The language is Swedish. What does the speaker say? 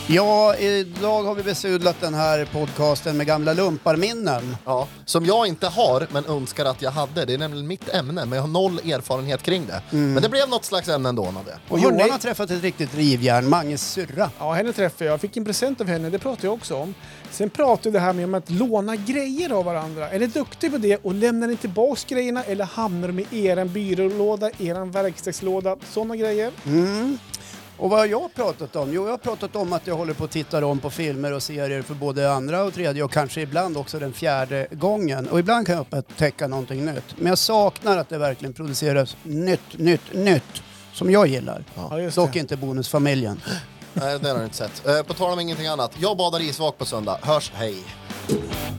Ja, idag har vi besudlat den här podcasten med gamla lumparminnen. Ja, som jag inte har men önskar att jag hade. Det är nämligen mitt ämne, men jag har noll erfarenhet kring det. Men det blev något slags ämne ändå av det. Och Johan har träffat ett riktigt rivjärn, Manges syrra. Ja, henne träffade jag. Jag fick en present av henne, det pratade jag också om. Sen pratade det här med om att låna grejer av varandra. Är ni duktiga på det och lämnar ni tillbaka grejerna eller hamnar de i eran byrålåda, eran verkstadslåda, sådana grejer? Och vad har jag pratat om? Jo, jag har pratat om att jag håller på att titta om på filmer och serier för både andra och tredje och kanske ibland också den fjärde gången. Och ibland kan jag upptäcka någonting nytt. Men jag saknar att det verkligen produceras nytt. Som jag gillar. Ja, dock inte Bonusfamiljen. Nej, det har jag inte sett. På tal om ingenting annat. Jag badar isvak på söndag. Hörs, hej.